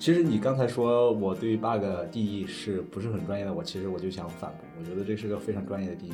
其实你刚才说我对于 bug 定义是不是很专业的，我就想反驳，我觉得这是个非常专业的定义。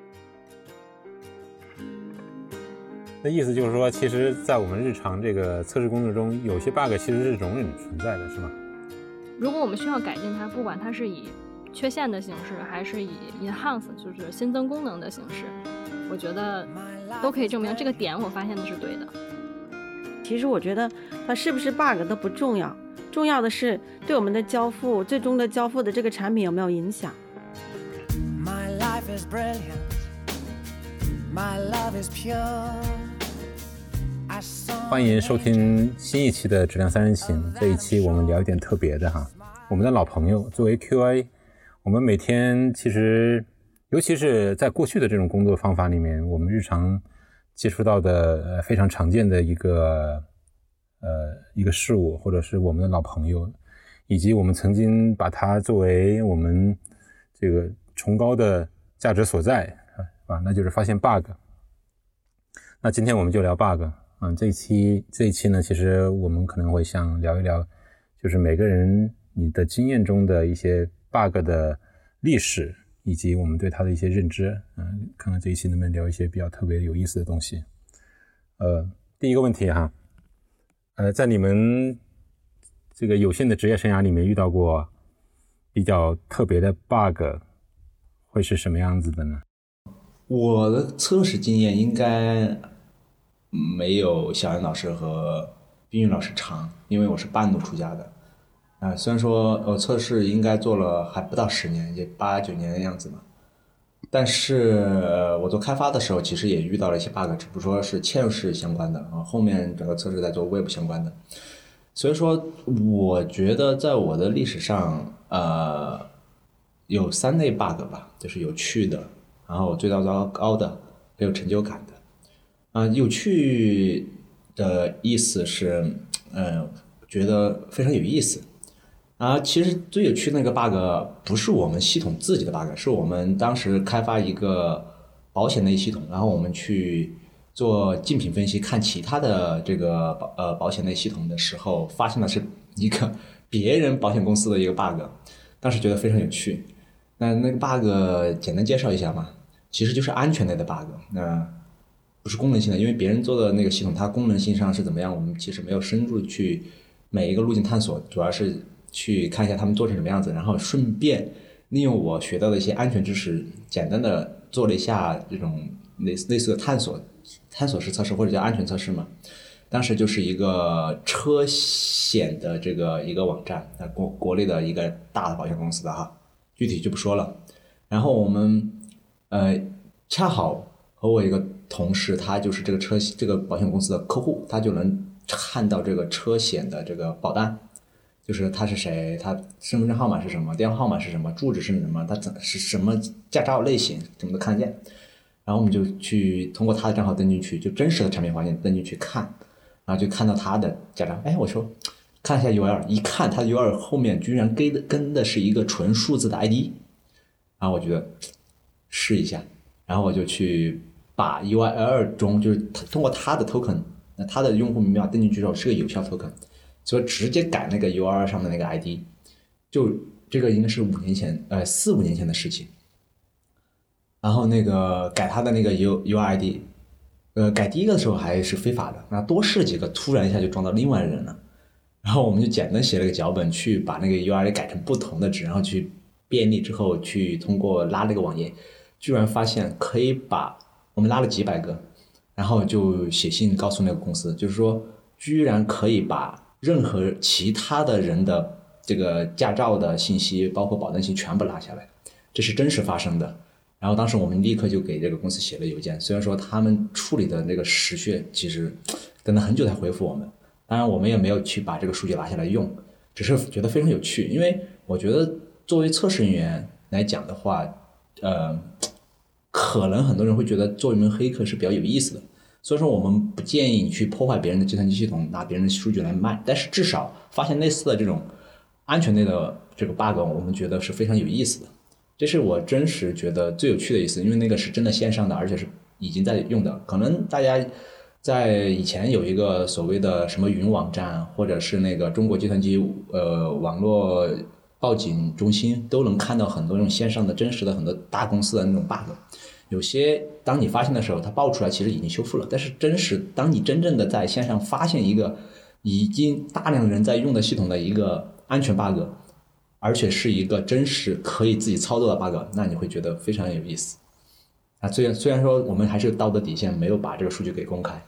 那意思就是说，其实在我们日常这个测试工作中，有些 bug 其实是容忍存在的，是吗？ 如果我们需要改进它，不管它是以缺陷的形式，还是以 enhance 就是新增功能的形式，我觉得都可以证明这个点我发现的是对的。 其实我觉得它是不是 bug 都不重要，重要的是对我们的交付，最终的交付的这个产品有没有影响。 My life is brilliant, my love is pure。 欢迎收听新一期的质量三人行。这一期我们聊一点特别的哈，我们的老朋友作为 QA， 我们每天其实尤其是在过去的这种工作方法里面，我们日常接触到的非常常见的一个事物，或者是我们的老朋友，以及我们曾经把它作为我们这个崇高的价值所在啊，那就是发现 bug。 那今天我们就聊 bug。这一期呢，其实我们可能会想聊一聊，就是每个人你的经验中的一些 bug 的历史，以及我们对它的一些认知。看看这一期能不能聊一些比较特别有意思的东西。第一个问题哈，在你们这个有限的职业生涯里面遇到过比较特别的 bug 会是什么样子的呢？ 我的测试经验应该没有小杨老师和冰玉老师长，因为我是半路出家的。虽然说测试应该做了还不到10年，也8、9年的样子嘛。但是我做开发的时候其实也遇到了一些 bug， 只不过说是嵌入式相关的，后面整个测试在做 web 相关的。所以说我觉得在我的历史上有3类 bug 吧，就是有趣的，然后最糟糕的，还有成就感的。有趣的意思是觉得非常有意思。其实最有趣的那个 bug 不是我们系统自己的 bug， 是我们当时开发一个保险类系统，然后我们去做竞品分析，看其他的这个保险类系统的时候，发现的是一个别人保险公司的一个 bug， 当时觉得非常有趣。那个 bug 简单介绍一下嘛，其实就是安全类的 bug， 不是功能性的，因为别人做的那个系统它功能性上是怎么样，我们其实没有深入去每一个路径探索，主要是去看一下他们做成什么样子，然后顺便利用我学到的一些安全知识，简单的做了一下这种类似的探索式测试，或者叫安全测试嘛。当时就是一个车险的这个一个网站，国内的一个大的保险公司的哈，具体就不说了。然后我们恰好和我一个同事，他就是这个保险公司的客户，他就能看到这个车险的这个保单，就是他是谁，他身份证号码是什么，电话号码是什么，住址是什么，他是什么驾照类型，什么都看得见。然后我们就去通过他的账号登进去，就真实的产品环境登进去看，然后就看到他的驾照。我说看一下 URL， 一看他的 URL 后面居然跟的是一个纯数字的 ID， 然后我觉得试一下，然后我就去把 URL 中就是通过他的 token， 他的用户密码登进去之后是个有效 token， 所以直接改那个 URL 上的那个 ID， 就这个应该是4、5年前的事情。然后那个改他的那个 URID， 改第一个的时候还是非法的，那多试几个，突然一下就撞到另外的人了。然后我们就简单写了个脚本，去把那个 URID 改成不同的值，然后去便利之后去通过拉那个网页，居然发现可以把我们拉了几百个，然后就写信告诉那个公司，就是说居然可以把任何其他的人的这个驾照的信息，包括保单信息全部拉下来，这是真实发生的。然后当时我们立刻就给这个公司写了邮件，虽然说他们处理的那个时序其实等了很久才回复我们，当然我们也没有去把这个数据拿下来用，只是觉得非常有趣。因为我觉得作为测试人员来讲的话，可能很多人会觉得做一门黑客是比较有意思的，所以说我们不建议你去破坏别人的计算机系统，拿别人的数据来卖，但是至少发现类似的这种安全类的这个 bug， 我们觉得是非常有意思的。这是我真实觉得最有趣的意思，因为那个是真的线上的，而且是已经在用的。可能大家在以前有一个所谓的什么云网站，或者是那个中国计算机网络报警中心，都能看到很多那种线上的真实的很多大公司的那种 bug。有些当你发现的时候，它爆出来其实已经修复了，但是当你真正的在线上发现一个已经大量人在用的系统的一个安全 bug， 而且是一个真实可以自己操作的 bug， 那你会觉得非常有意思。虽然说我们还是有道德底线，没有把这个数据给公开，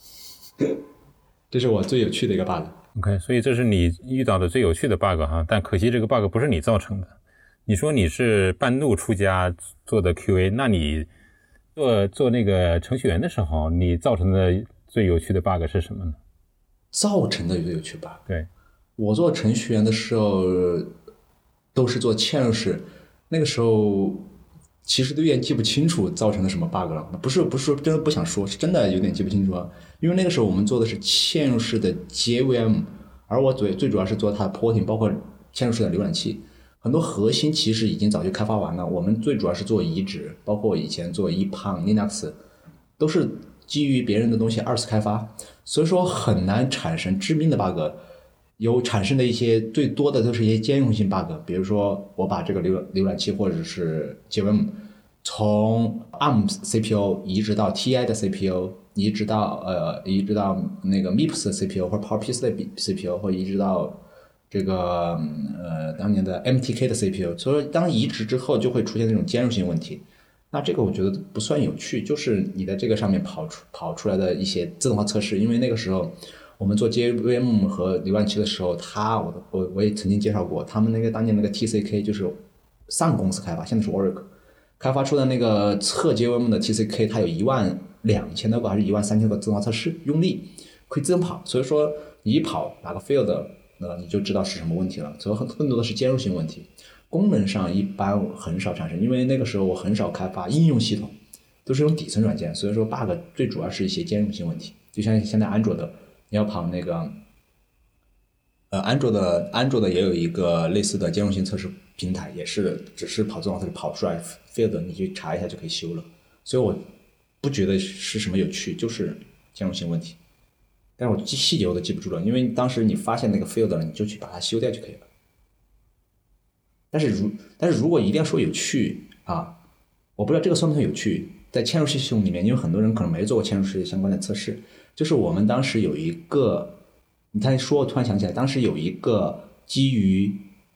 这是我最有趣的一个 bug。OK， 所以这是你遇到的最有趣的 bug 哈，但可惜这个 bug 不是你造成的。你说你是半路出家做的 QA， 那你做那个程序员的时候，你造成的最有趣的 bug 是什么呢？ 造成的最有趣 bug？ 对，我做程序员的时候都是做嵌入式，那个时候其实都有点记不清楚造成的什么 bug 了。不是说真的不想说，是真的有点记不清楚啊。因为那个时候我们做的是嵌入式的 JVM， 而我最主要是做它的 porting， 包括嵌入式的浏览器。很多核心其实已经早就开发完了，我们最主要是做移植，包括我以前做EPAM、Linux， 都是基于别人的东西二次开发，所以说很难产生致命的 bug。有产生的一些最多的都是一些兼容性 bug， 比如说我把这个浏览器或者是 JVM 从 ARM CPU 移植到 TI 的 CPU， 移植到那个 MIPS 的 CPU 或者 PowerPC 的 CPU， 或者移植到这个当年的 MTK 的 CPU， 所以当移植之后就会出现那种兼容性问题。那这个我觉得不算有趣，就是你在这个上面跑出来的一些自动化测试。因为那个时候我们做 JVM 和浏览器的时候，我也曾经介绍过，他们当年那个 TCK 就是上个公司开发，现在是 Oracle 开发出的那个测 JVM 的 TCK， 它有12000多个还是13000个自动化测试，用力可以自动跑，所以说你一跑哪个 fail 你就知道是什么问题了。所以更多的是兼容性问题，功能上一般很少产生，因为那个时候我很少开发应用系统，都是用底层软件，所以说 bug 最主要是一些兼容性问题。就像现在安卓的，你要跑那个安卓的也有一个类似的兼容性测试平台，也是只是跑自动化测试跑出来 fail 你去查一下就可以修了。所以我不觉得是什么有趣，就是兼容性问题。但是我细节我都记不住了，因为当时你发现那个 fail 了，你就去把它修掉就可以了。但是如果一定要说有趣啊，我不知道这个算不算有趣。在嵌入式系统里面，因为很多人可能没做过嵌入式相关的测试，就是我们当时有一个，你看说我突然想起来，当时有一个基于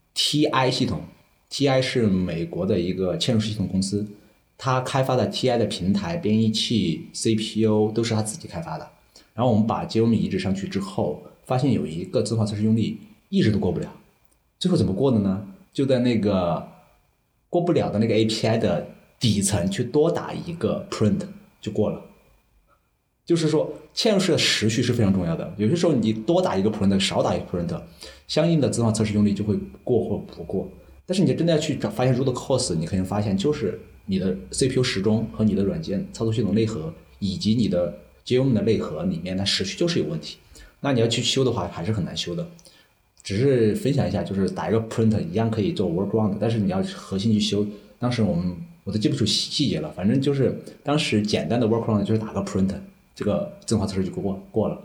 TI 系统 ，TI 是美国的一个嵌入式系统公司，它开发的 TI 的平台、编译器、CPU 都是它自己开发的。然后我们把 JVM 移植上去之后，发现有一个自动化测试用例一直都过不了。最后怎么过的呢？就在那个过不了的那个 API 的底层去多打一个 print 就过了。就是说嵌入式的时序是非常重要的，有些时候你多打一个 print 少打一个 print， 相应的自动化测试用例就会过或不过。但是你真的要去发现 root cause， 你可能发现就是你的 CPU 时钟和你的软件操作系统内核以及你的 JVM 的内核里面的时序就是有问题，那你要去修的话还是很难修的。只是分享一下，就是打一个 print 一样可以做 workaround， 但是你要核心去修。当时我都记不住细节了，反正就是当时简单的 workaround 就是打个 print， 这个自动化测试就过了。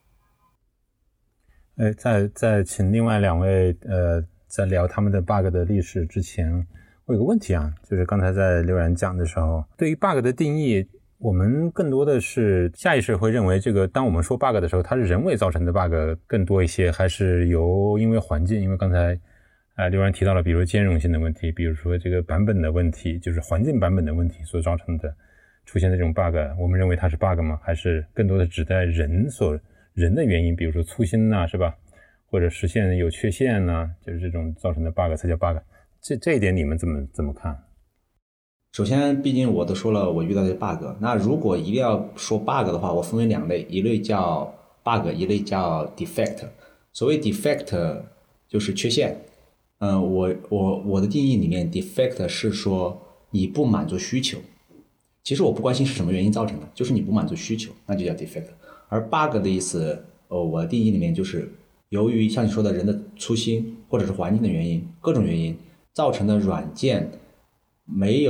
在请另外两位在聊他们的 bug 的历史之前，我有个问题啊，就是刚才在刘然讲的时候，对于 bug 的定义，我们更多的是下意识会认为这个当我们说 bug 的时候，它是人为造成的 bug 更多一些，还是因为环境，因为刚才刘然提到了比如兼容性的问题，比如说这个版本的问题，就是环境版本的问题所造成的出现的这种 bug， 我们认为它是 bug 吗？还是更多的指代人的原因，比如说粗心是吧，或者实现有缺陷就是这种造成的 bug 才叫 bug。这一点你们怎么看？ 首先毕竟我都说了我遇到的 bug， 那如果一定要说 bug 的话，我分为两类，一类叫 bug， 一类叫 defect。 所谓 defect 就是缺陷。我的定义里面 defect 是说你不满足需求，其实我不关心是什么原因造成的，就是你不满足需求，那就叫 defect。 而 bug 的意思我的定义里面就是由于像你说的人的粗心或者是环境的原因，各种原因造成的软件没有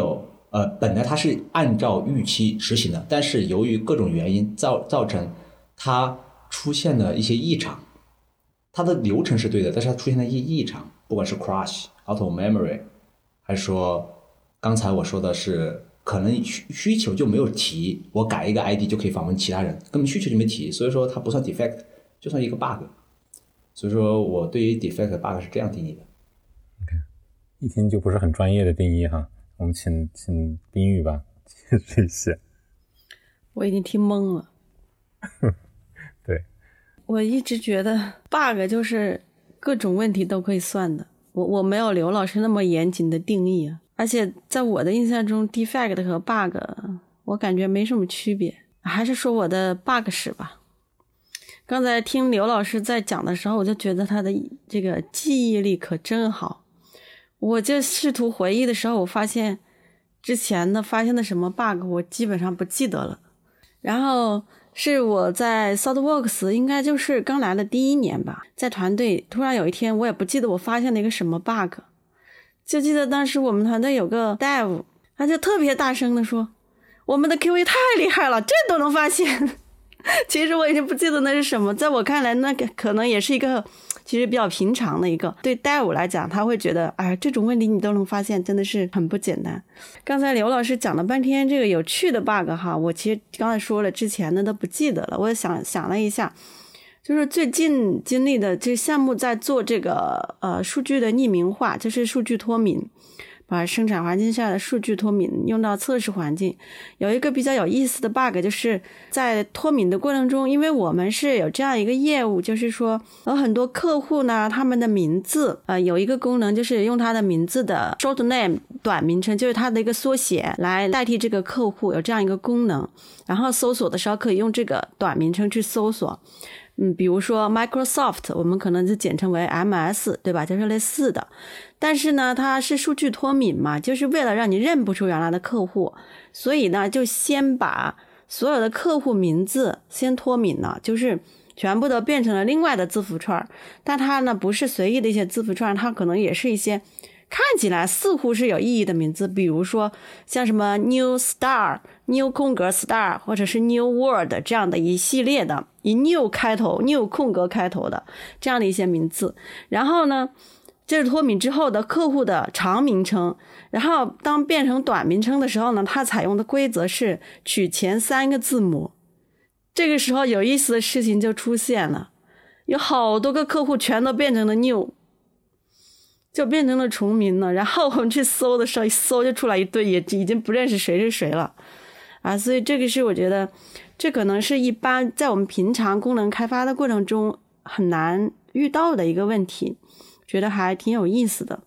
本来它是按照预期执行的，但是由于各种原因造成它出现了一些异常。它的流程是对的，但是它出现了一些异常，不管是 crash、out of memory， 还是说刚才我说的是可能需求就没有提，我改一个 ID 就可以访问其他人，根本需求就没提，所以说它不算 defect， 就算一个 bug。所以说我对于 defect bug 是这样定义的。 OK， 一听就不是很专业的定义哈，我们请冰玉吧解释一下。 我已经听懵了。 对， 我一直觉得 bug 就是各种问题都可以算的，我没有刘老师那么严谨的定义啊。而且在我的印象中 defect 和 bug 我感觉没什么区别。还是说我的 bug 史吧。刚才听刘老师在讲的时候，我就觉得他的这个记忆力可真好。我就试图回忆的时候，我发现之前的发现的什么 bug 我基本上不记得了。然后是我在 ThoughtWorks 应该就是刚来的第1年吧，在团队突然有一天我也不记得我发现了一个什么 bug， 就记得当时我们团队有个 dev， 他就特别大声的说我们的 QA 太厉害了，这都能发现。其实我已经不记得那是什么，在我看来那个可能也是一个其实比较平常的一个，对 dev 来讲他会觉得哎，这种问题你都能发现真的是很不简单。刚才刘老师讲了半天这个有趣的 bug 哈，我其实刚才说了之前的都不记得了。我想了一下，就是最近经历的这项目在做这个数据的匿名化，就是数据脱敏，把生产环境下的数据脱敏用到测试环境。有一个比较有意思的 bug， 就是在脱敏的过程中，因为我们是有这样一个业务，就是说有很多客户呢，他们的名字有一个功能，就是用他的名字的 short name 短名称，就是他的一个缩写来代替这个客户，有这样一个功能。然后搜索的时候可以用这个短名称去搜索。比如说 Microsoft 我们可能就简称为 MS， 对吧，就是类似的。但是呢它是数据脱敏嘛，就是为了让你认不出原来的客户，所以呢就先把所有的客户名字先脱敏了，就是全部都变成了另外的字符串。但它呢不是随意的一些字符串，它可能也是一些看起来似乎是有意义的名字，比如说像什么 New Star、New 空格 Star 或者是 New World 这样的一系列的以 New 开头 New 空格开头的这样的一些名字。然后呢这是脱敏之后的客户的长名称，然后当变成短名称的时候呢，它采用的规则是取前3个字母。这个时候有意思的事情就出现了，有好多个客户全都变成了 New，就变成了重名了。然后我们去搜的时候，一搜就出来一堆，也已经不认识谁是谁了啊！所以这个是我觉得这可能是一般在我们平常功能开发的过程中很难遇到的一个问题，觉得还挺有意思的。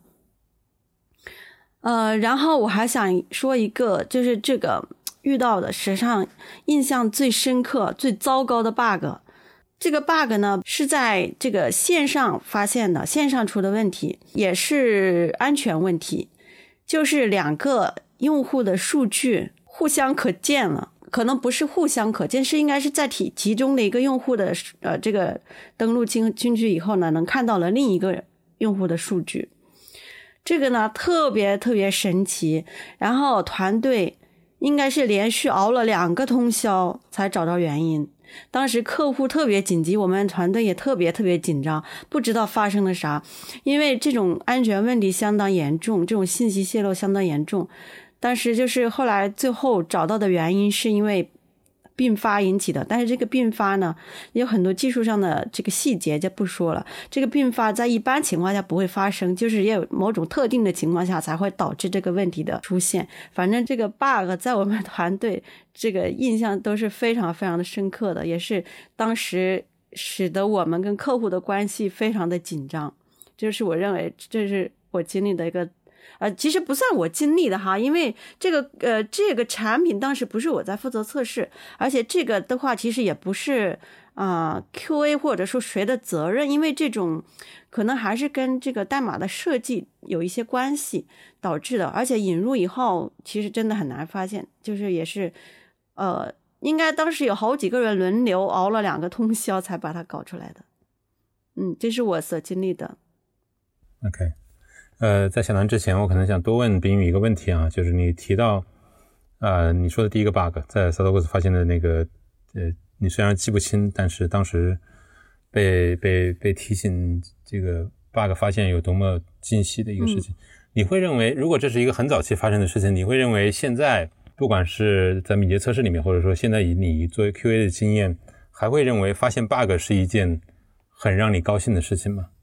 然后我还想说一个，就是这个遇到的史上印象最深刻最糟糕的 bug。这个 bug 呢是在这个线上发现的，线上出的问题，也是安全问题，就是2个用户的数据互相可见了，可能不是互相可见，是应该是在其中的一个用户的这个登录进去以后呢，能看到了另一个用户的数据。这个呢特别特别神奇，然后团队应该是连续熬了2个通宵才找到原因。当时客户特别紧急，我们团队也特别特别紧张，不知道发生了啥，因为这种安全问题相当严重，这种信息泄露相当严重。当时就是后来最后找到的原因是因为并发引起的，但是这个并发呢有很多技术上的这个细节就不说了。这个并发在一般情况下不会发生，就是也有某种特定的情况下才会导致这个问题的出现。反正这个 bug 在我们团队这个印象都是非常非常的深刻的，也是当时使得我们跟客户的关系非常的紧张。这是我认为这是我经历的一个其实不算我经历的哈，因为这个产品当时不是我在负责测试，而且这个的话其实也不是QA 或者说谁的责任，因为这种可能还是跟这个代码的设计有一些关系导致的，而且引入以后其实真的很难发现，就是也是应该当时有好几个人轮流熬了2个通宵才把它搞出来的。这是我所经历的。 OK， 在小南之前我可能想多问冰玉一个问题啊，就是你提到你说的第一个 bug 在 SolidWorks 发现的那个你虽然记不清，但是当时被提醒这个 bug 发现有多么惊喜的一个事情。你会认为如果这是一个很早期发生的事情，你会认为现在不管是在敏捷测试里面，或者说现在以你作为 QA 的经验，还会认为发现 bug 是一件很让你高兴的事情吗？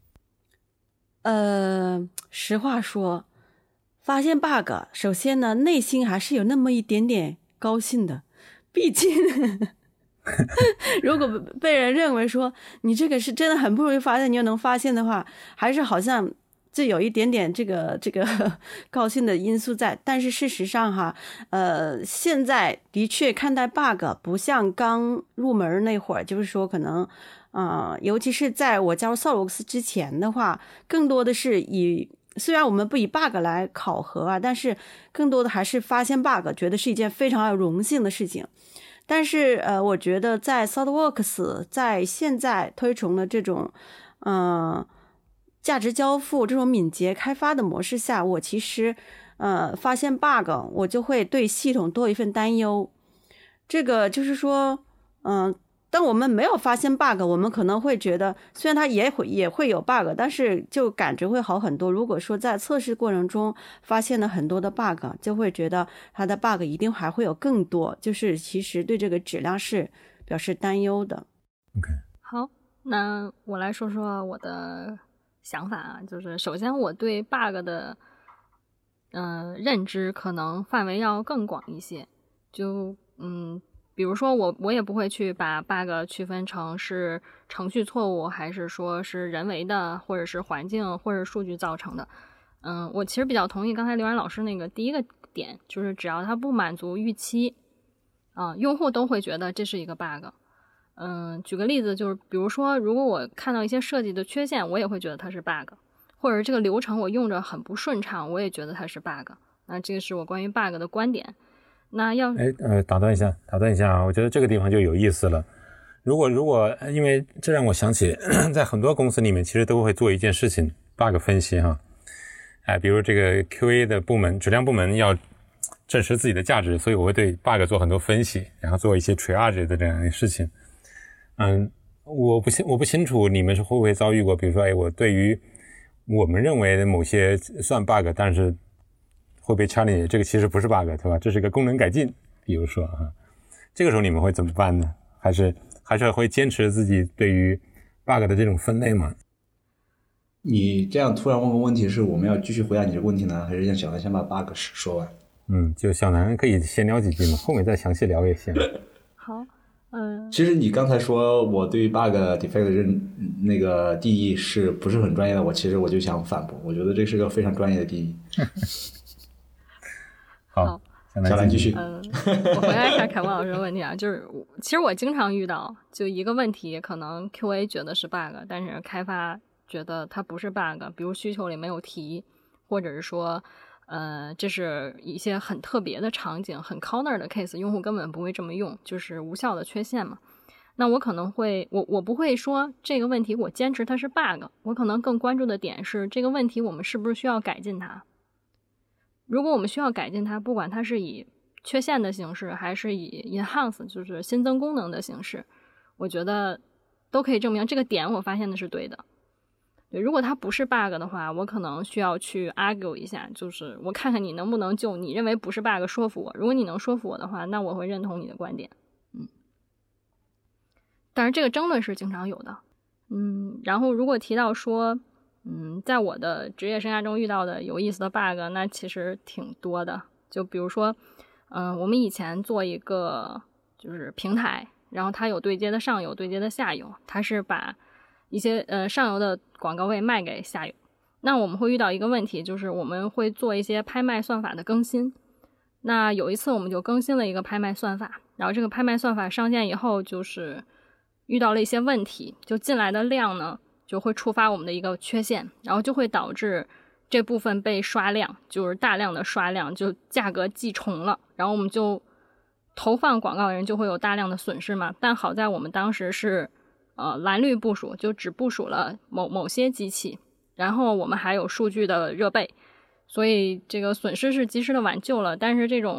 实话说，发现 bug 首先呢，内心还是有那么一点点高兴的，毕竟如果被人认为说你这个是真的很不容易发现，你又能发现的话，还是好像就有一点点这个高兴的因素在。但是事实上哈，现在的确看待 bug 不像刚入门那会儿，就是说可能尤其是在我加入 SolidWorks 之前的话，更多的是虽然我们不以 bug 来考核啊，但是更多的还是发现 bug 觉得是一件非常有荣幸的事情。但是我觉得在 SolidWorks 在现在推崇的这种价值交付这种敏捷开发的模式下，我其实发现 bug 我就会对系统多一份担忧。这个就是说当我们没有发现 bug， 我们可能会觉得虽然它也会有 bug， 但是就感觉会好很多。如果说在测试过程中发现了很多的 bug， 就会觉得它的 bug 一定还会有更多，就是其实对这个质量是表示担忧的。 OK， 好，那我来说说我的想法啊，就是首先我对 bug 的认知可能范围要更广一些，就比如说我也不会去把 bug 区分成是程序错误，还是说是人为的，或者是环境或者数据造成的。我其实比较同意刚才刘然老师那个第一个点，就是只要它不满足预期用户都会觉得这是一个 bug。举个例子，就是比如说如果我看到一些设计的缺陷，我也会觉得它是 bug， 或者这个流程我用着很不顺畅，我也觉得它是 bug。那这个是我关于 bug 的观点。那要打断一下啊，我觉得这个地方就有意思了。如果因为这让我想起在很多公司里面其实都会做一件事情 bug 分析哈。比如这个 QA 的部门，质量部门要证实自己的价值，所以我会对 bug 做很多分析，然后做一些 triage 的这样的事情。我不清楚你们是会不会遭遇过，比如说我对于我们认为的某些算 bug， 但是会被 challenge， 这个其实不是 bug， 对吧？这是个功能改进，比如说这个时候你们会怎么办呢？还是会坚持自己对于 bug 的这种分类吗？ 你这样突然问个问题，是我们要继续回答你这个问题呢，还是让小南先把 bug 说完？ 就小南可以先聊几句嘛，后面再详细聊也行。 好， 其实你刚才说我对于 bug defect 那个定义是不是很专业的，我就想反驳，我觉得这是个非常专业的定义。 好， 小兰继续。 我回答一下凯文老师的问题啊，就是其实我经常遇到，就一个问题，可能 QA 觉得是 bug， 但是开发觉得它不是 bug， 比如需求里没有提，或者是说这是一些很特别的场景，很 corner 的 case， 用户根本不会这么用，就是无效的缺陷嘛。那我可能会我不会说这个问题我坚持它是 bug， 我可能更关注的点是这个问题我们是不是需要改进它。如果我们需要改进它，不管它是以缺陷的形式还是以 enhance 就是新增功能的形式，我觉得都可以证明这个点我发现的是对的。对，如果它不是 bug 的话，我可能需要去 argue 一下，就是我看看你能不能就你认为不是 bug 说服我。如果你能说服我的话，那我会认同你的观点。但是这个争论是经常有的。然后如果提到说在我的职业生涯中遇到的有意思的 bug， 那其实挺多的。就比如说我们以前做一个就是平台，然后它有对接的上游对接的下游，它是把一些上游的广告位卖给下游。那我们会遇到一个问题，就是我们会做一些拍卖算法的更新。那有一次我们就更新了一个拍卖算法，然后这个拍卖算法上线以后，就是遇到了一些问题，就进来的量呢就会触发我们的一个缺陷，然后就会导致这部分被刷量，就是大量的刷量，就价格计重了，然后我们就投放广告的人就会有大量的损失嘛。但好在我们当时是蓝绿部署，就只部署了某些机器，然后我们还有数据的热备，所以这个损失是及时的挽救了。但是这种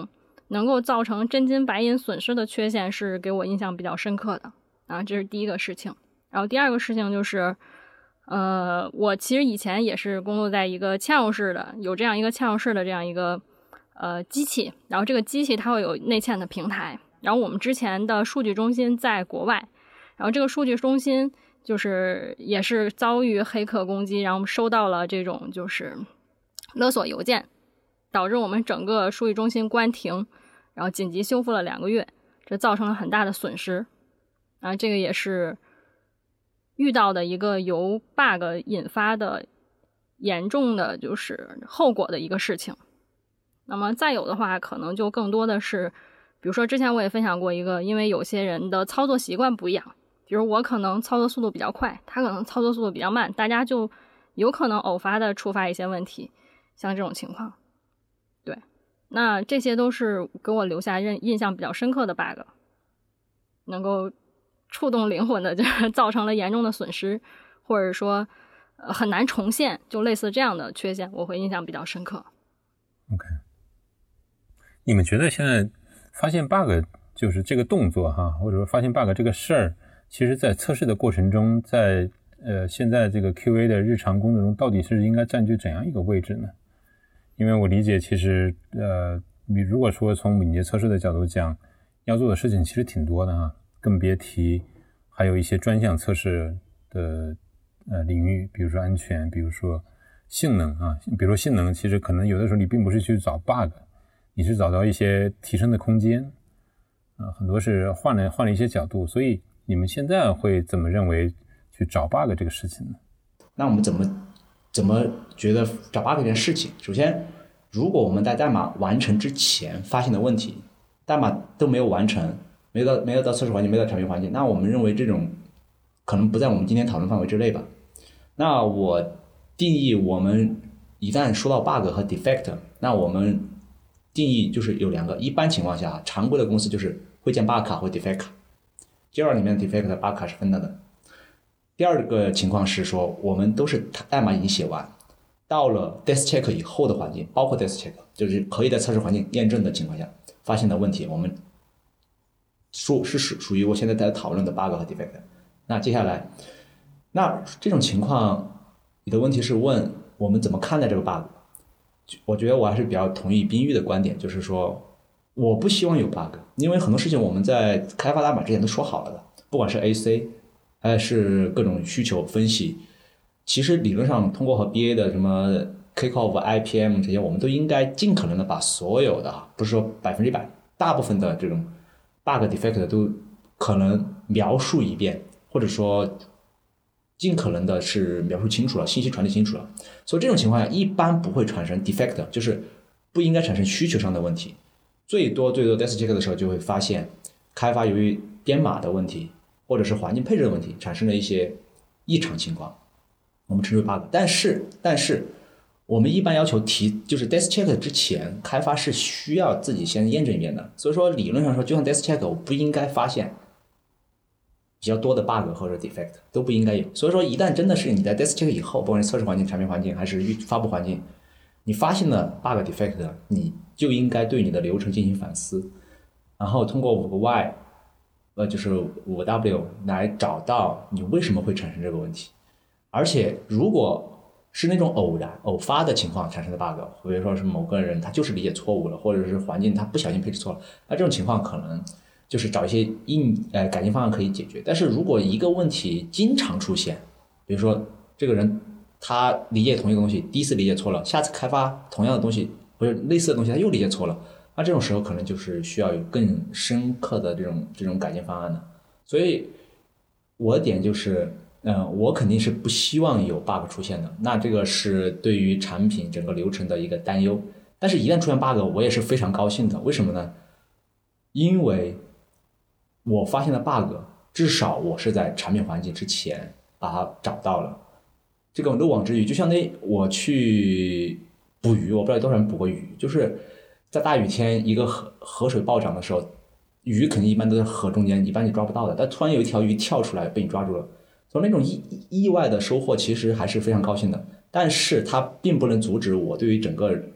能够造成真金白银损失的缺陷是给我印象比较深刻的啊，这是第一个事情。然后第二个事情就是，我其实以前也是工作在一个嵌入式的，有这样一个嵌入式的这样一个机器，然后这个机器它会有内嵌的平台，然后我们之前的数据中心在国外，然后这个数据中心就是也是遭遇黑客攻击，然后我们收到了这种就是勒索邮件，导致我们整个数据中心关停，然后紧急修复了2个月，这造成了很大的损失。啊，这个也是遇到的一个由 bug 引发的严重的就是后果的一个事情。那么再有的话，可能就更多的是，比如说之前我也分享过一个，因为有些人的操作习惯不一样，比如我可能操作速度比较快，他可能操作速度比较慢，大家就有可能偶发的触发一些问题，像这种情况。对，那这些都是给我留下印象比较深刻的 bug， 能够触动灵魂的，就是造成了严重的损失，或者说很难重现，就类似这样的缺陷，我会印象比较深刻。 OK， 你们觉得现在发现 bug 就是这个动作哈，或者说发现 bug 这个事儿，其实在测试的过程中，在现在这个 QA 的日常工作中，到底是应该占据怎样一个位置呢？因为我理解，其实你如果说从敏捷测试的角度讲，要做的事情其实挺多的哈。更别提还有一些专项测试的领域，比如说安全，比如说性能啊，比如说性能，其实可能有的时候你并不是去找 bug， 你是找到一些提升的空间很多是换了一些角度。所以你们现在会怎么认为去找 bug 这个事情呢？ 那我们怎么觉得找 bug 这件事情？首先，如果我们在代码完成之前发现的问题，代码都没有完成，没有到测试环境，没有到产品环境，那我们认为这种可能不在我们今天讨论范围之内吧。那我定义我们一旦说到 bug 和 defect， 那我们定义就是有2个，一般情况下常规的公司就是会建 bug 卡或 defect 卡 ，Jira 里面的 defect 和 bug 卡是分了的。第二个情况是说，我们都是代码已经写完，到了 death check 以后的环境，包括 death check， 就是可以在测试环境验证的情况下发现的问题，我们是属于我现在在讨论的 bug 和 defect。 那接下来，那这种情况，你的问题是问我们怎么看待这个 bug。 我觉得我还是比较同意冰玉的观点，就是说我不希望有 bug， 因为很多事情我们在开发代码之前都说好了的，不管是 AC 还是各种需求分析，其实理论上通过和 BA 的什么 kickoff、IPM 这些，我们都应该尽可能的把所有的，不是说100%，大部分的这种 bug defect 都可能描述一遍，或者说尽可能的是描述清楚了，信息传递清楚了。所以这种情况下一般不会产生 defect， 就是不应该产生需求上的问题。最多 death check 的时候就会发现开发由于编码的问题或者是环境配置的问题产生了一些异常情况，我们称之为 bug。 但是我们一般要求就是 death check 之前开发是需要自己先验证一遍的，所以说理论上说就算 death check 我不应该发现比较多的 bug 或者 defect， 都不应该有。所以说一旦真的是你在 death check 以后，不管是测试环境、产品环境还是发布环境，你发现了 bug defect， 你就应该对你的流程进行反思，然后通过5个 why就是5个 w 来找到你为什么会产生这个问题。而且如果是那种偶发的情况产生的 bug， 比如说是某个人他就是理解错误了，或者是环境他不小心配置错了，那这种情况可能就是找一些改进方案可以解决。但是如果一个问题经常出现，比如说这个人他理解同一个东西，第一次理解错了，下次开发同样的东西不是类似的东西他又理解错了，那这种时候可能就是需要有更深刻的这种改进方案的。所以我的点就是我肯定是不希望有 bug 出现的，那这个是对于产品整个流程的一个担忧。但是一旦出现 bug 我也是非常高兴的，为什么呢？因为我发现的 bug 至少我是在产品环境之前把它找到了。这个漏网之鱼就相当于我去捕鱼，我不知道有多少人捕过鱼，就是在大雨天一个河水暴涨的时候，鱼肯定一般都在河中间，一般你抓不到的，但突然有一条鱼跳出来被你抓住了，所以那种意外的收获其实还是非常高兴的。但是它并不能阻止我对于整个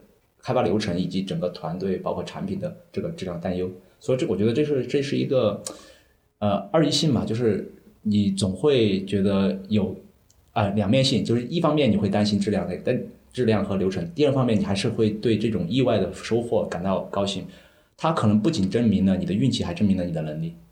开发流程以及整个团队包括产品的这个质量担忧。所以我觉得这是一个二义性吧，就是你总会觉得有两面性，就是一方面你会担心质量和流程，第二方面你还是会对这种意外的收获感到高兴。它可能不仅证明了你的运气，还证明了你的能力。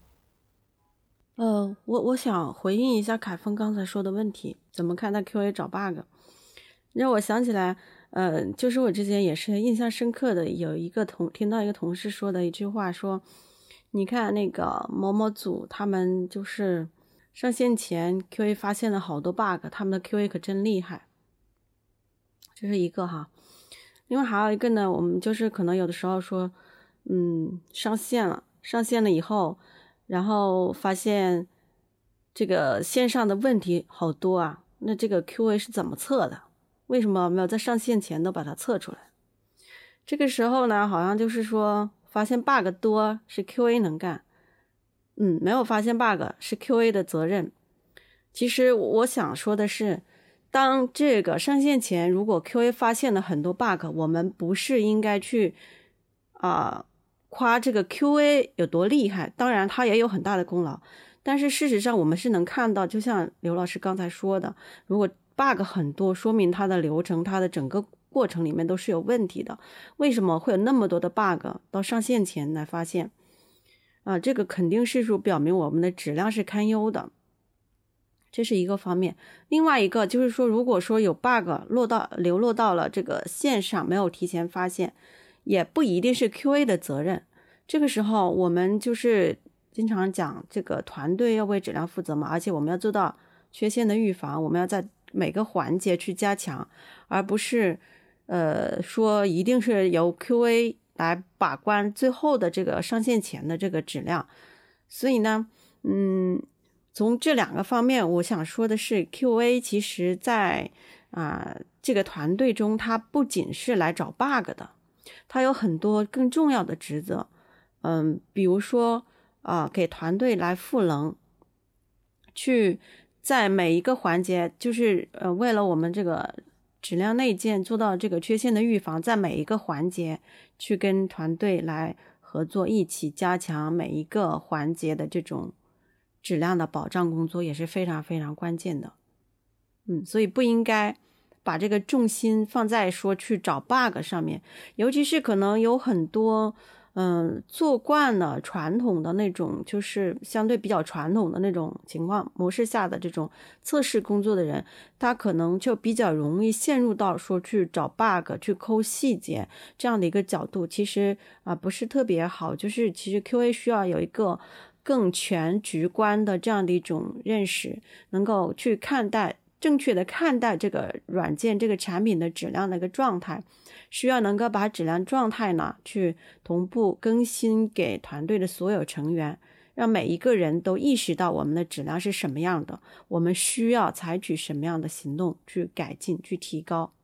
我想回应一下凯峰刚才说的问题，怎么看待 QA 找 bug？ 让我想起来，就是我之前也是印象深刻的，有一个听到一个同事说的一句话，说，你看那个某某组，他们就是上线前 QA 发现了好多 bug， 他们的 QA 可真厉害。这是一个哈。另外还有一个呢，我们就是可能有的时候说，上线了以后，然后发现这个线上的问题好多啊，那这个 QA 是怎么测的？为什么没有在上线前都把它测出来？这个时候呢，好像就是说发现 bug 多是 QA 能干，没有发现 bug 是 QA 的责任。其实我想说的是，当这个上线前如果 QA 发现了很多 bug， 我们不是应该去夸这个 QA 有多厉害，当然他也有很大的功劳，但是事实上我们是能看到，就像刘老师刚才说的，如果 bug 很多，说明它的流程它的整个过程里面都是有问题的。为什么会有那么多的 bug 到上线前来发现这个肯定是表明我们的质量是堪忧的，这是一个方面。另外一个就是说，如果说有 bug 流落到了这个线上，没有提前发现，也不一定是 QA 的责任。这个时候我们就是经常讲这个团队要为质量负责嘛，而且我们要做到缺陷的预防，我们要在每个环节去加强，而不是说一定是由 QA 来把关最后的这个上线前的这个质量。所以呢从这两个方面我想说的是， QA 其实在这个团队中，它不仅是来找 bug 的，它有很多更重要的职责。比如说给团队来赋能，去在每一个环节，就是为了我们这个质量内建做到这个缺陷的预防，在每一个环节去跟团队来合作，一起加强每一个环节的这种质量的保障工作，也是非常非常关键的。所以不应该把这个重心放在说去找 bug 上面，尤其是可能有很多做惯了传统的那种，就是相对比较传统的那种情况模式下的这种测试工作的人，他可能就比较容易陷入到说去找 bug 去抠细节这样的一个角度，其实不是特别好。就是其实 QA 需要有一个更全局观的这样的一种认识，能够去正确的看待这个软件这个产品的质量的一个状态，需要能够把质量状态呢去同步更新给团队的所有成员，让每一个人都意识到我们的质量是什么样的，我们需要采取什么样的行动去改进去提高。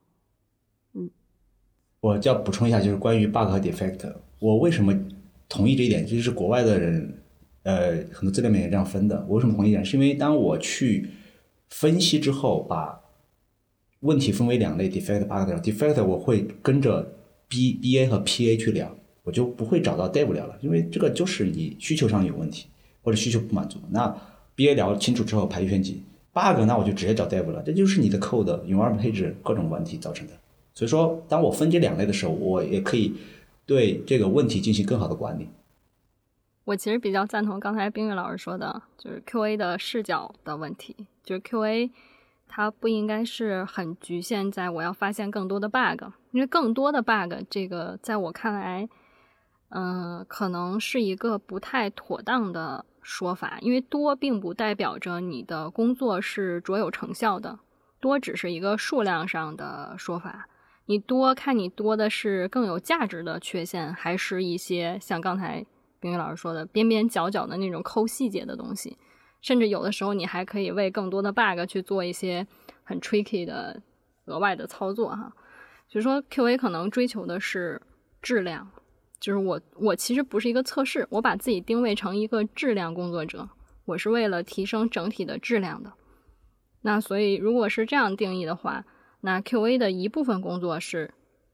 我就要补充一下，就是关于 bug 和 defect， 我为什么同意这一点，就是国外的人很多资料里面也这样分的。我为什么同意一点，是因为当我去分析之后，把问题分为两类 defect bug 的 defect 我会跟着 BA 和 PA 去聊，我就不会找到 dev 聊了，因为这个就是你需求上有问题或者需求不满足，那 BA 聊清楚之后排序分级， bug 那我就直接找 dev 了，这就是你的 code 永远配置各种问题造成的。所以说当我分这两类的时候，我也可以对这个问题进行更好的管理。 我其实比较赞同刚才冰玉老师说的，就是 QA 的视角的问题，就是 QA 它不应该是很局限在我要发现更多的 bug， 因为更多的 bug 这个在我看来可能是一个不太妥当的说法，因为多并不代表着你的工作是卓有成效的，多只是一个数量上的说法，你多看你多的是更有价值的缺陷，还是一些像刚才冰玉老师说的边边角角的那种抠细节的东西，甚至有的时候你还可以为更多的 bug 去做一些很 tricky 的额外的操作哈。所以说 QA 可能追求的是质量，就是我其实不是一个测试，我把自己定位成一个质量工作者，我是为了提升整体的质量的。那所以如果是这样定义的话，那 QA 的一部分工作是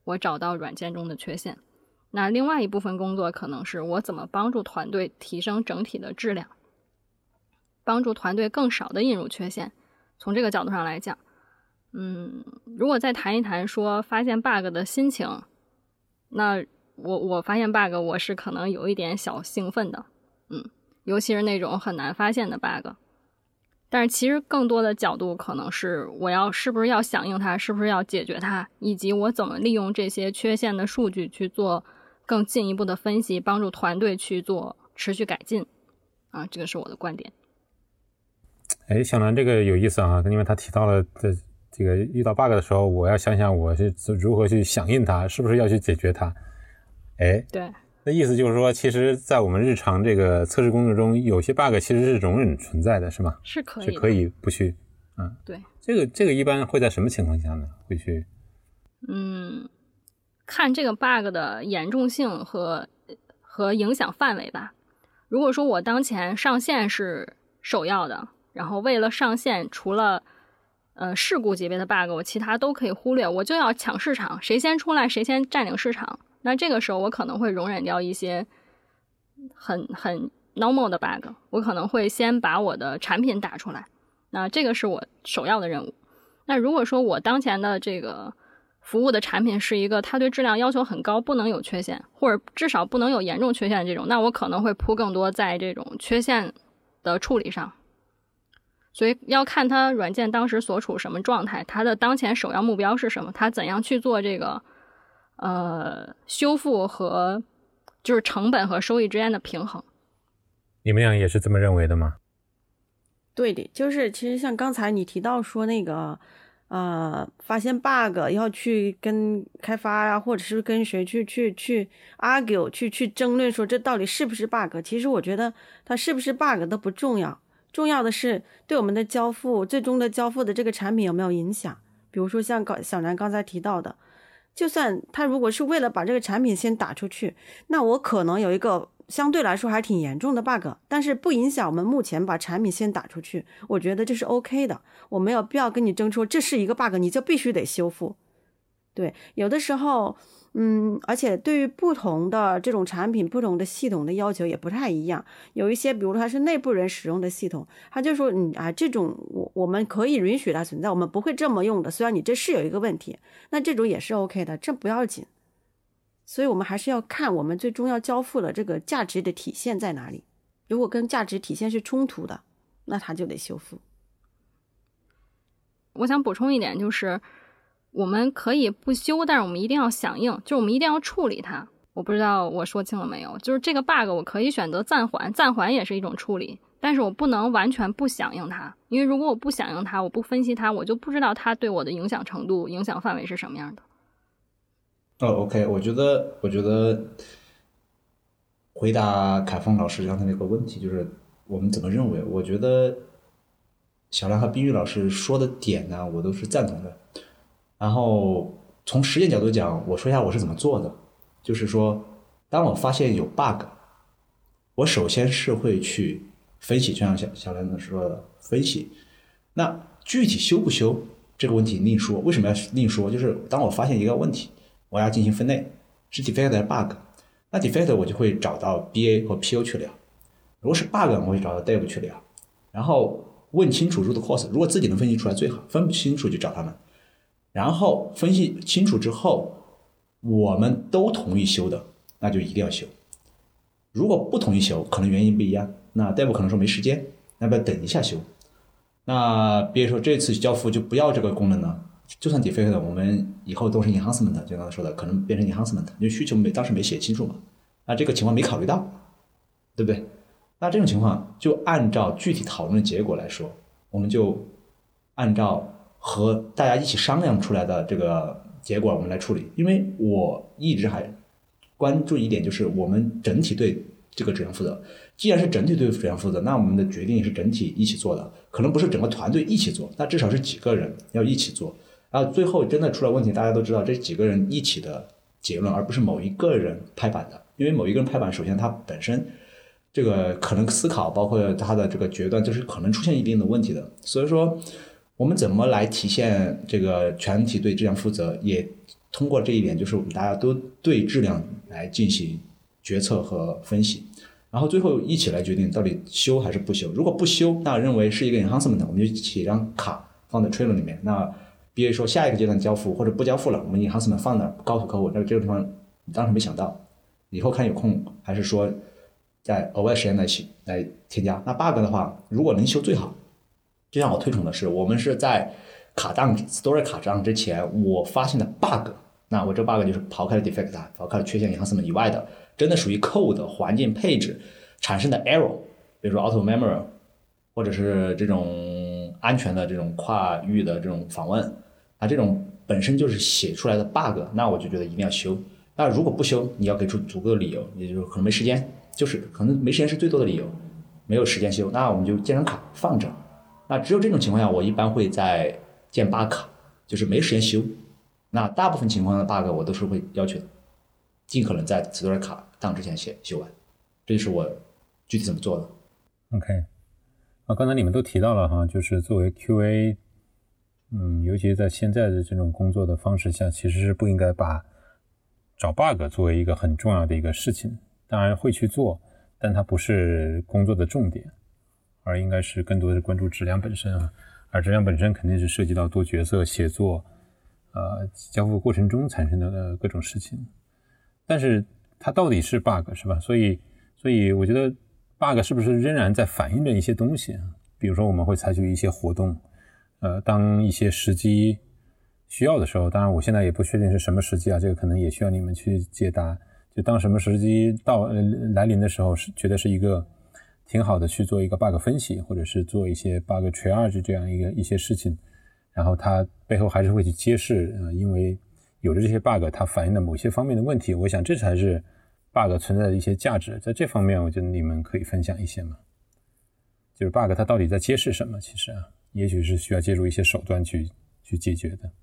我找到软件中的缺陷。那另外一部分工作可能是我怎么帮助团队提升整体的质量，帮助团队更少的引入缺陷。从这个角度上来讲，如果再谈一谈说发现 bug 的心情，那我发现 bug 我是可能有一点小兴奋的，尤其是那种很难发现的 bug。但是其实更多的角度可能是我是不是要响应它，是不是要解决它，以及我怎么利用这些缺陷的数据去做更进一步的分析，帮助团队去做持续改进这个是我的观点。 小兰这个有意思啊，因为他提到了这个遇到 bug 的时候，我要想想我是如何去响应它，是不是要去解决它。 对， 那意思就是说，其实在我们日常这个测试工作中，有些 bug 其实是容忍存在的，是吗？ 是可以的， 是可以不去对， 这个一般会在什么情况下呢？会去看这个 bug 的严重性和影响范围吧。如果说我当前上线是首要的，然后为了上线，除了事故级别的 bug， 我其他都可以忽略，我就要抢市场，谁先出来谁先占领市场。那这个时候我可能会容忍掉一些很 normal 的 bug， 我可能会先把我的产品打出来，那这个是我首要的任务。那如果说我当前的这个服务的产品是一个它对质量要求很高，不能有缺陷，或者至少不能有严重缺陷的这种，那我可能会铺更多在这种缺陷的处理上。所以要看它软件当时所处什么状态，它的当前首要目标是什么，它怎样去做这个修复和就是成本和收益之间的平衡。 你们俩也是这么认为的吗？ 对的，就是其实像刚才你提到说那个发现 bug 要去跟开发呀，或者是跟谁去 argue 去争论说这到底是不是 bug， 其实我觉得它是不是 bug 都不重要，重要的是对我们的交付，最终的交付的这个产品有没有影响。比如说像小南刚才提到的，就算他如果是为了把这个产品先打出去，那我可能有一个相对来说还挺严重的 bug， 但是不影响我们目前把产品先打出去，我觉得这是 OK 的，我没有必要跟你争说这是一个 bug 你就必须得修复。对，有的时候而且对于不同的这种产品，不同的系统的要求也不太一样。有一些比如说它是内部人使用的系统，他就说这种我们可以允许它存在，我们不会这么用的，虽然你这是有一个问题，那这种也是 OK 的，这不要紧。所以我们还是要看我们最终要交付的这个价值的体现在哪里，如果跟价值体现是冲突的，那它就得修复。 我想补充一点，就是我们可以不修，但是我们一定要响应，就是我们一定要处理它。我不知道我说清了没有，就是这个 bug 我可以选择暂缓，暂缓也是一种处理，但是我不能完全不响应它，因为如果我不响应它，我不分析它，我就不知道它对我的影响程度、影响范围是什么样的。 OK， 我觉得回答凯峰老师刚才那个问题，就是我们怎么认为，我觉得小兰和冰玉老师说的点呢，我都是赞同的。然后从实践角度讲，我说一下我是怎么做的，就是说当我发现有 bug， 我首先是会去分析，就像小兰老师说的分析，那具体修不修这个问题另说。为什么要另说？就是当我发现一个问题，我要进行分类，是 defect 还是 bug， 那 defect 我就会找到 BA 或 PO 去聊，如果是 bug 我会找到 dev 去聊，然后问清楚 root cause， 如果自己能分析出来最好，分不清楚就找他们，然后分析清楚之后我们都同意修的，那就一定要修。如果不同意修，可能原因不一样，那 dev 可能说没时间，那不要等一下修。那比如说这次交付就不要这个功能了，就算 defect 我们以后都是 enhancement， 就刚才说的可能变成 enhancement， 因为需求当时没写清楚嘛，那这个情况没考虑到，对不对？那这种情况就按照具体讨论的结果来说，我们就按照和大家一起商量出来的这个结果我们来处理。因为我一直还关注一点，就是我们整体对这个质量负责，既然是整体对质量负责，那我们的决定也是整体一起做的，可能不是整个团队一起做，那至少是几个人要一起做，然后最后真的出了问题，大家都知道这几个人一起的结论，而不是某一个人拍板的。因为某一个人拍板，首先他本身这个可能思考，包括他的这个决断，就是可能出现一定的问题的。所以说我们怎么来体现这个全体对质量负责，也通过这一点，就是我们大家都对质量来进行决策和分析，然后最后一起来决定到底修还是不修。如果不修，那认为是一个 enhancement， 我们就一起让卡放在 trailer 里面。那比如说下一个阶段交付或者不交付了，我们 enhancement 放那儿告诉客户，这个地方你当时没想到，以后看有空还是说在额外时间来添加。那 bug 的话，如果能修最好。就像我推崇的是，我们是在卡档 story 卡档之前，我发现的 bug， 那我这 bug 就是刨开了 defect， 刨开了缺陷 enhancement 以外的，真的属于 code 环境配置产生的 error， 比如说 auto memory， 或者是这种安全的这种跨域的这种访问，啊，这种本身就是写出来的 bug， 那我就觉得一定要修。那如果不修，你要给出足够的理由，也就是可能没时间，就是可能没时间是最多的理由，没有时间修，那我们就建张卡放着。那只有这种情况下，我一般会在建 bug 卡，就是没时间修。那大部分情况的 bug 我都是会要求的，尽可能在 story 卡档之前修完。这就是我具体怎么做的。 OK， 刚才你们都提到了哈，就是作为 QA， 尤其在现在的这种工作的方式下，其实是不应该把找 bug 作为一个很重要的一个事情。当然会去做，但它不是工作的重点。而应该是更多的是关注质量本身啊，而质量本身肯定是涉及到多角色协作，交付过程中产生的各种事情。但是它到底是 bug 是吧？所以我觉得 bug 是不是仍然在反映着一些东西？比如说我们会采取一些活动，当一些时机需要的时候，当然我现在也不确定是什么时机啊，这个可能也需要你们去解答。就当什么时机来临的时候，觉得是一个挺好的去做一个 bug 分析，或者是做一些 bug triage 这样一些事情，然后它背后还是会去揭示，因为有着这些 bug 它反映了某些方面的问题，我想这才是 bug 存在的一些价值。在这方面我觉得你们可以分享一些吗？就是 bug 它到底在揭示什么，其实也许是需要借助一些手段去解决的。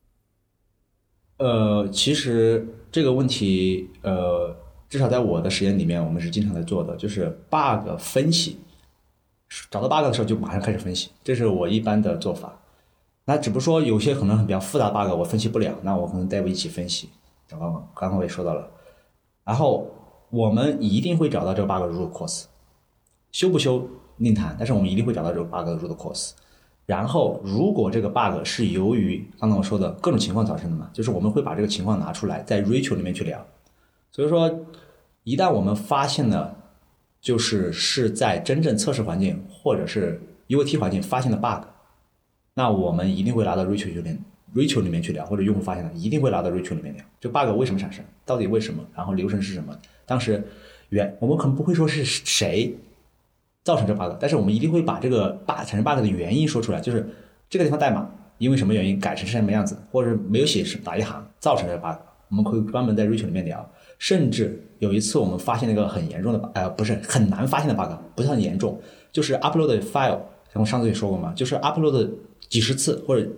其实这个问题至少在我的实验里面我们是经常在做的，就是 bug 分析，找到 bug 的时候就马上开始分析，这是我一般的做法。那只不过说有些可能比较复杂的 bug 我分析不了，那我可能 dev 一起分析，刚刚我也说到了。然后我们一定会找到这个 bug root cause， 修不修另谈，但是我们一定会找到这个 bug root cause。然后如果这个 bug 是由于刚刚我说的各种情况造成的嘛，就是我们会把这个情况拿出来在 Rachel 里面去聊。所以说一旦我们发现了是在真正测试环境或者是 UAT 环境发现的 bug， 那我们一定会拿到 Rachel 里面去聊，或者用户发现的一定会拿到 Rachel 里面聊，这 bug 为什么产生，到底为什么，然后流程是什么，当时我们可能不会说是谁造成这 bug， 但是我们一定会把这个产生 bug 的原因说出来，就是这个地方代码因为什么原因改成什么样子，或者没有写哪一行造成这个 bug， 我们会专门在 Rachel 里面聊。甚至有一次我们发现了一个很严重的不是很难发现的 bug， 不是很严重，就是 upload file， 像我上次也说过嘛，就是 upload 几十次或者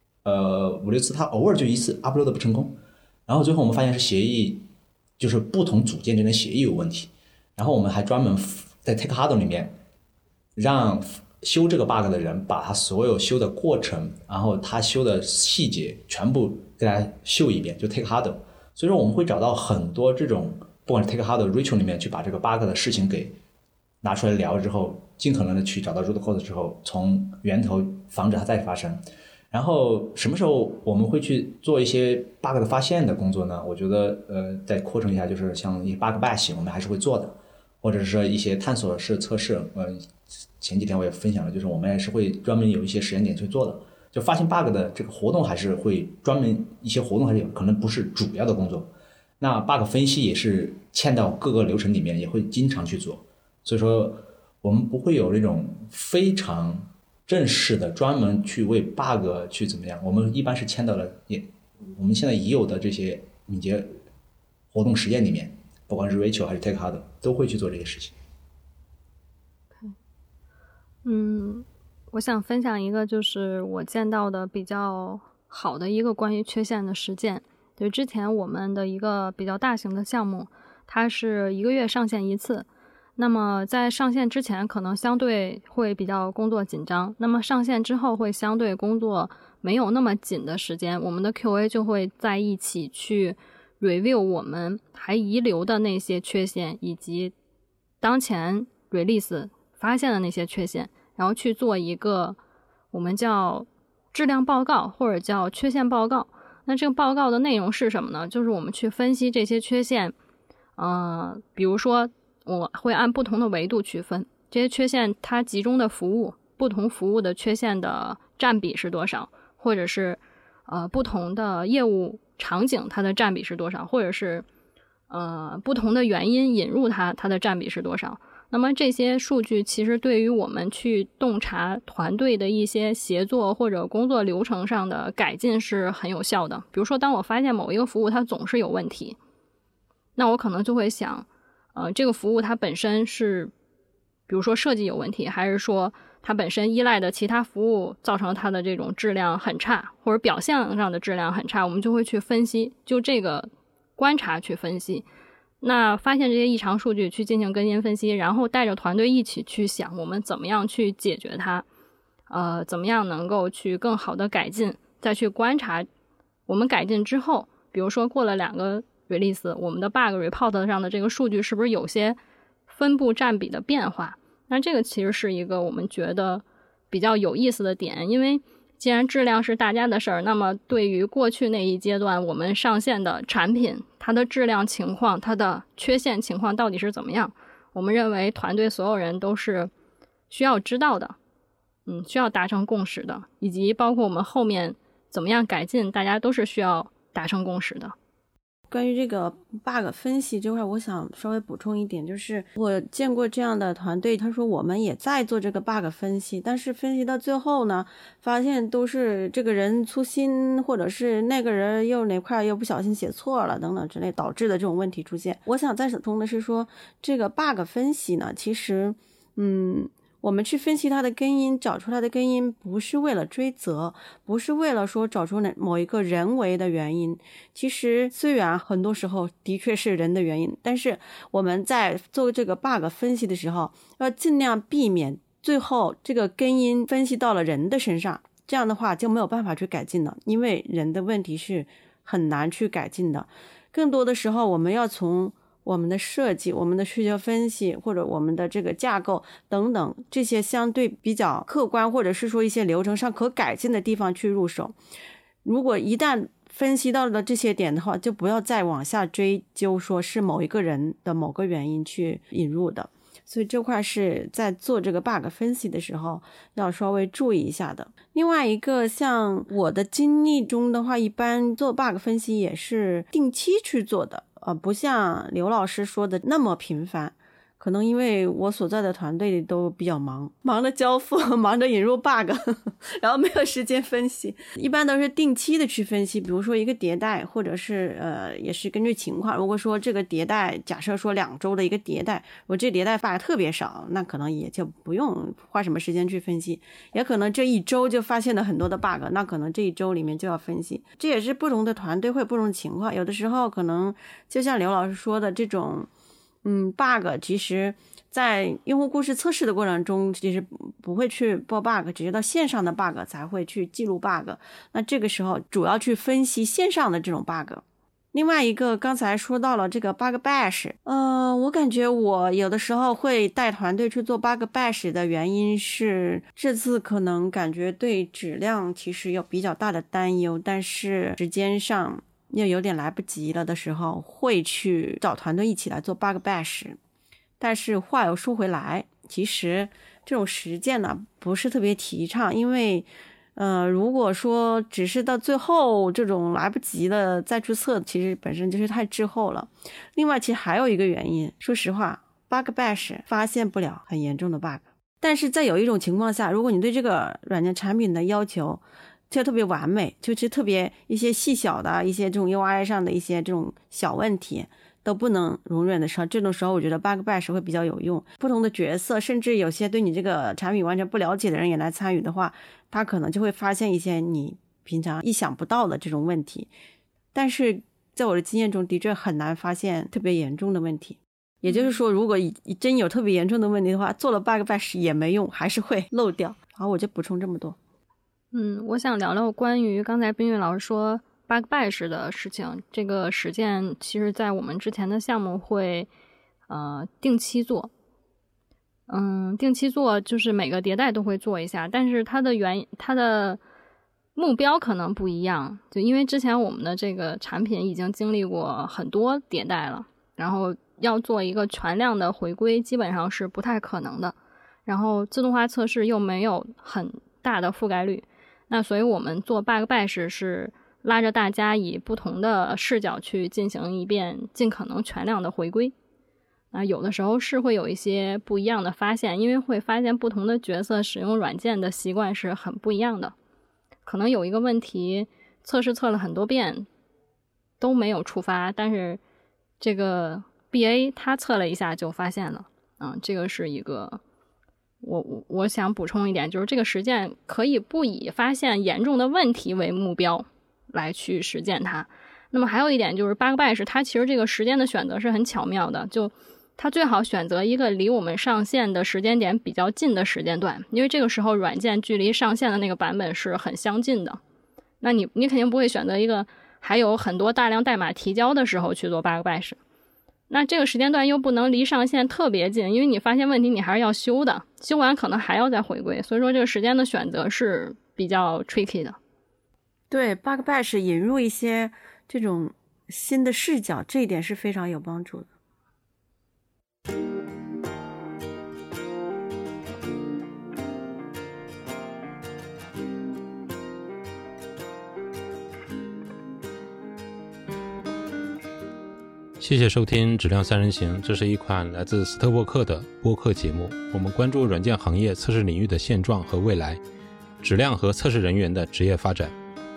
5-6次，它偶尔就一次 upload 不成功，然后最后我们发现是协议，就是不同组件之间的协议有问题，然后我们还专门在 TakeHuddle 里面让修这个 bug 的人把他所有修的过程，然后他修的细节全部给他秀一遍，就 TakeHuddle。所以说我们会找到很多这种，不管是 TakeHuddle Rachel 里面去把这个 bug 的事情给拿出来聊之后，尽可能的去找到 root cause 之后，从源头防止它再发生。然后什么时候我们会去做一些 bug 的发现的工作呢？我觉得再扩充一下，就是像一些 bug bash 我们还是会做的，或者是说一些探索式测试，前几天我也分享了，就是我们还是会专门有一些实验点去做的。就发现 bug 的这个活动还是会专门一些活动还是有，可能不是主要的工作。那 bug 分析也是嵌到各个流程里面，也会经常去做。所以说我们不会有那种非常正式的专门去为 bug 去怎么样，我们一般是嵌到了我们现在已有的这些敏捷活动实验里面，不管是 Rachel 还是 TakeHuddle 都会去做这些事情。 我想分享一个就是我见到的比较好的一个关于缺陷的实践。对，之前我们的一个比较大型的项目，它是1个月上线一次，那么在上线之前可能相对会比较工作紧张，那么上线之后会相对工作没有那么紧的时间，我们的 QA 就会在一起去 review 我们还遗留的那些缺陷，以及当前 release 发现的那些缺陷，然后去做一个我们叫质量报告或者叫缺陷报告。那这个报告的内容是什么呢？就是我们去分析这些缺陷，比如说我会按不同的维度去分这些缺陷，它集中的服务，不同服务的缺陷的占比是多少，或者是不同的业务场景它的占比是多少，或者是不同的原因引入它的占比是多少。那么这些数据其实对于我们去洞察团队的一些协作或者工作流程上的改进是很有效的。比如说当我发现某一个服务它总是有问题，那我可能就会想这个服务它本身是比如说设计有问题，还是说它本身依赖的其他服务造成它的这种质量很差，或者表现上的质量很差，我们就会去分析，就这个观察去分析，那发现这些异常数据去进行跟进分析，然后带着团队一起去想我们怎么样去解决它，怎么样能够去更好的改进，再去观察我们改进之后，比如说过了2个 release， 我们的 bug report 上的这个数据是不是有些分布占比的变化。那这个其实是一个我们觉得比较有意思的点，因为既然质量是大家的事儿，那么对于过去那一阶段我们上线的产品，它的质量情况，它的缺陷情况到底是怎么样，我们认为团队所有人都是需要知道的，需要达成共识的，以及包括我们后面怎么样改进，大家都是需要达成共识的。 关于这个 bug 分析这块，我想稍微补充一点，就是我见过这样的团队，他说我们也在做这个 bug 分析，但是分析到最后呢，发现都是这个人粗心，或者是那个人又哪块又不小心写错了等等之类导致的这种问题出现。我想再补充的是说，这个 bug 分析呢，其实我们去分析它的根因，找出它的根因，不是为了追责，不是为了说找出某一个人为的原因。其实虽然很多时候的确是人的原因，但是我们在做这个 bug 分析的时候，要尽量避免最后这个根因分析到了人的身上，这样的话就没有办法去改进了，因为人的问题是很难去改进的。更多的时候我们要从我们的设计，我们的需求分析，或者我们的这个架构等等这些相对比较客观，或者是说一些流程上可改进的地方去入手。如果一旦分析到了这些点的话，就不要再往下追究说是某一个人的某个原因去引入的。所以这块是在做这个 bug 分析的时候要稍微注意一下的。另外一个，像我的经历中的话，一般做 bug 分析也是定期去做的，不像刘老师说的那么频繁。可能因为我所在的团队都比较忙着交付，忙着引入 bug 然后没有时间分析，一般都是定期的去分析。比如说一个迭代，或者是也是根据情况，如果说这个迭代假设说2周的一个迭代，我这迭代 bug 特别少，那可能也就不用花什么时间去分析，也可能这1周就发现了很多的 bug， 那可能这1周里面就要分析。这也是不同的团队会有不同的情况，有的时候可能就像刘老师说的这种bug 其实在用户故事测试的过程中其实不会去播 bug， 只是到线上的 bug 才会去记录 bug， 那这个时候主要去分析线上的这种 bug。 另外一个刚才说到了这个 bug bash， 我感觉我有的时候会带团队去做 bug bash 的原因是这次可能感觉对质量其实有比较大的担忧，但是时间上又有点来不及了的时候，会去找团队一起来做 bug bash。 但是话又说回来，其实这种实践呢不是特别提倡，因为如果说只是到最后这种来不及了再去测，其实本身就是太滞后了。另外其实还有一个原因，说实话 bug bash 发现不了很严重的 bug， 但是在有一种情况下，如果你对这个软件产品的要求就特别完美，就是特别一些细小的一些这种 UI 上的一些这种小问题都不能容忍的时候，这种时候我觉得 bug bash 会比较有用。不同的角色，甚至有些对你这个产品完全不了解的人也来参与的话，他可能就会发现一些你平常意想不到的这种问题。但是在我的经验中的确很难发现特别严重的问题，也就是说如果真有特别严重的问题的话，做了 bug bash 也没用，还是会漏掉。好，我就补充这么多。 我想聊聊关于刚才冰玉老师说 bug bash 的事情。这个实践其实在我们之前的项目会定期做。定期做就是每个迭代都会做一下，但是它的目标可能不一样，就因为之前我们的这个产品已经经历过很多迭代了，然后要做一个全量的回归基本上是不太可能的，然后自动化测试又没有很大的覆盖率，那所以我们做 bug bash 是拉着大家以不同的视角去进行一遍尽可能全量的回归。有的时候是会有一些不一样的发现，因为会发现不同的角色使用软件的习惯是很不一样的，可能有一个问题测试测了很多遍都没有触发，但是这个 BA 他测了一下就发现了。这个是一个我想补充一点，就是这个实践可以不以发现严重的问题为目标来去实践它。那么还有一点就是 bug bash 它其实这个时间的选择是很巧妙的，就它最好选择一个离我们上线的时间点比较近的时间段，因为这个时候软件距离上线的那个版本是很相近的。那你肯定不会选择一个还有很多大量代码提交的时候去做 bug bash， 那这个时间段又不能离上线特别近，因为你发现问题你还是要修的，修完可能还要再回归，所以说这个时间的选择是比较 tricky 的。 对 bug bash 引入一些这种新的视角，这一点是非常有帮助的。 谢谢收听质量三人行，这是一款来自斯特沃克的播客节目，我们关注软件行业测试领域的现状和未来，质量和测试人员的职业发展。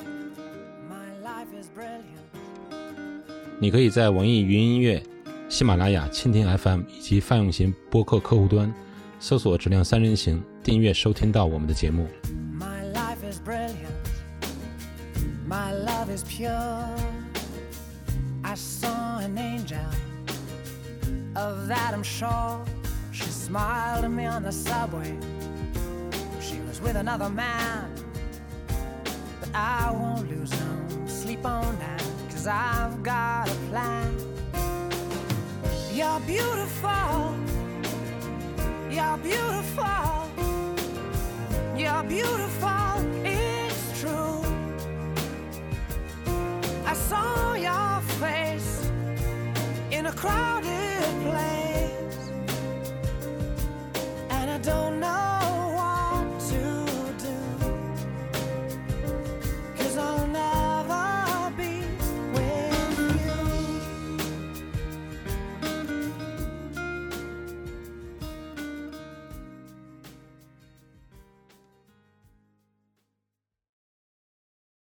你可以在网易云音乐、喜马拉雅、蜻蜓 FM 以及泛用型播客客户端搜索质量三人行，订阅收听到我们的节目。 My life is brilliant. My love is pure. I saw an angel, of that I'm sure. She smiled at me on the subway. She was with another man, but I won't lose no sleep on that, 'cause I've got a plan. You're beautiful. You're beautiful. You're beautiful. It's true. I saw your face in a crowd